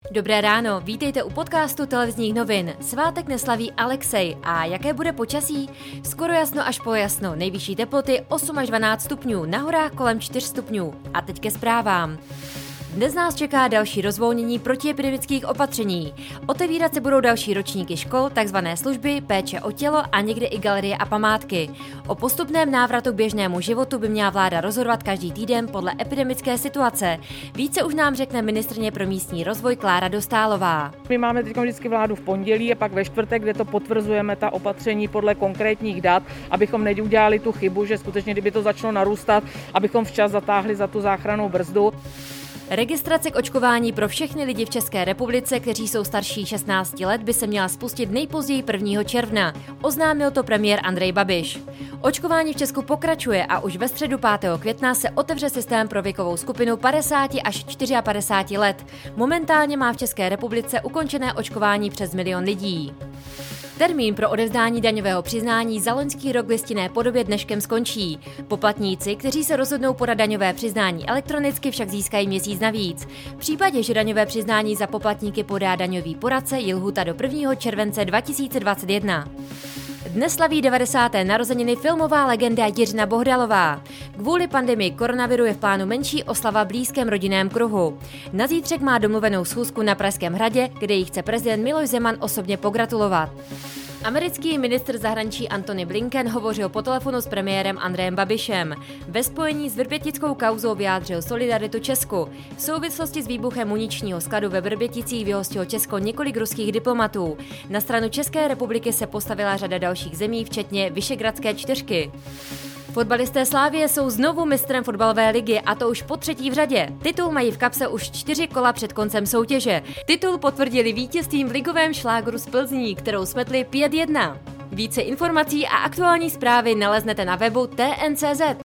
Dobré ráno, vítejte u podcastu televizních novin. Svátek neslaví Alexej. A jaké bude počasí? Skoro jasno až polojasno, nejvyšší teploty 8 až 12 stupňů, na horách kolem 4 stupňů. A teď ke zprávám. Dnes nás čeká další rozvolnění protiepidemických opatření. Otevírat se budou další ročníky škol, takzvané služby, péče o tělo a někde i galerie a památky. O postupném návratu k běžnému životu by měla vláda rozhodovat každý týden podle epidemické situace. Více už nám řekne ministryně pro místní rozvoj Klára Dostálová. My máme teď vždycky vládu v pondělí a pak ve čtvrtek, kde to potvrzujeme ta opatření podle konkrétních dat, abychom neudělali tu chybu, že skutečně kdyby to začalo narůstat, abychom včas zatáhli za tu záchrannou brzdu. Registrace k očkování pro všechny lidi v České republice, kteří jsou starší 16 let, by se měla spustit nejpozději 1. června. Oznámil to premiér Andrej Babiš. Očkování v Česku pokračuje a už ve středu 5. května se otevře systém pro věkovou skupinu 50 až 54 let. Momentálně má v České republice ukončené očkování přes 1 milion lidí. Termín pro odevzdání daňového přiznání za loňský rok v listinné podobě dneškem skončí. Poplatníci, kteří se rozhodnou podat daňové přiznání elektronicky, však získají měsíc navíc. V případě, že daňové přiznání za poplatníky podá daňový poradce, je lhůta do 1. července 2021. Dnes slaví 90. narozeniny filmová legenda Jiřina Bohdalová. Kvůli pandemii koronaviru je v plánu menší oslava v blízkém rodinném kruhu. Na zítřek má domluvenou schůzku na Pražském hradě, kde jí chce prezident Miloš Zeman osobně pogratulovat. Americký ministr zahraničí Antony Blinken hovořil po telefonu s premiérem Andrejem Babišem. Ve spojení s vrbětickou kauzou vyjádřil solidaritu Česku. V souvislosti s výbuchem muničního skladu ve Vrběticích vyhostilo Česko několik ruských diplomatů. Na stranu České republiky se postavila řada dalších zemí, včetně Visegrádské čtyřky. Fotbalisté Slavie jsou znovu mistrem fotbalové ligy, a to už po 3. v řadě. Titul mají v kapse už 4 kola před koncem soutěže. Titul potvrdili vítězstvím v ligovém šlágru z Plzní, kterou smetli 5-1. Více informací a aktuální zprávy naleznete na webu TN.cz.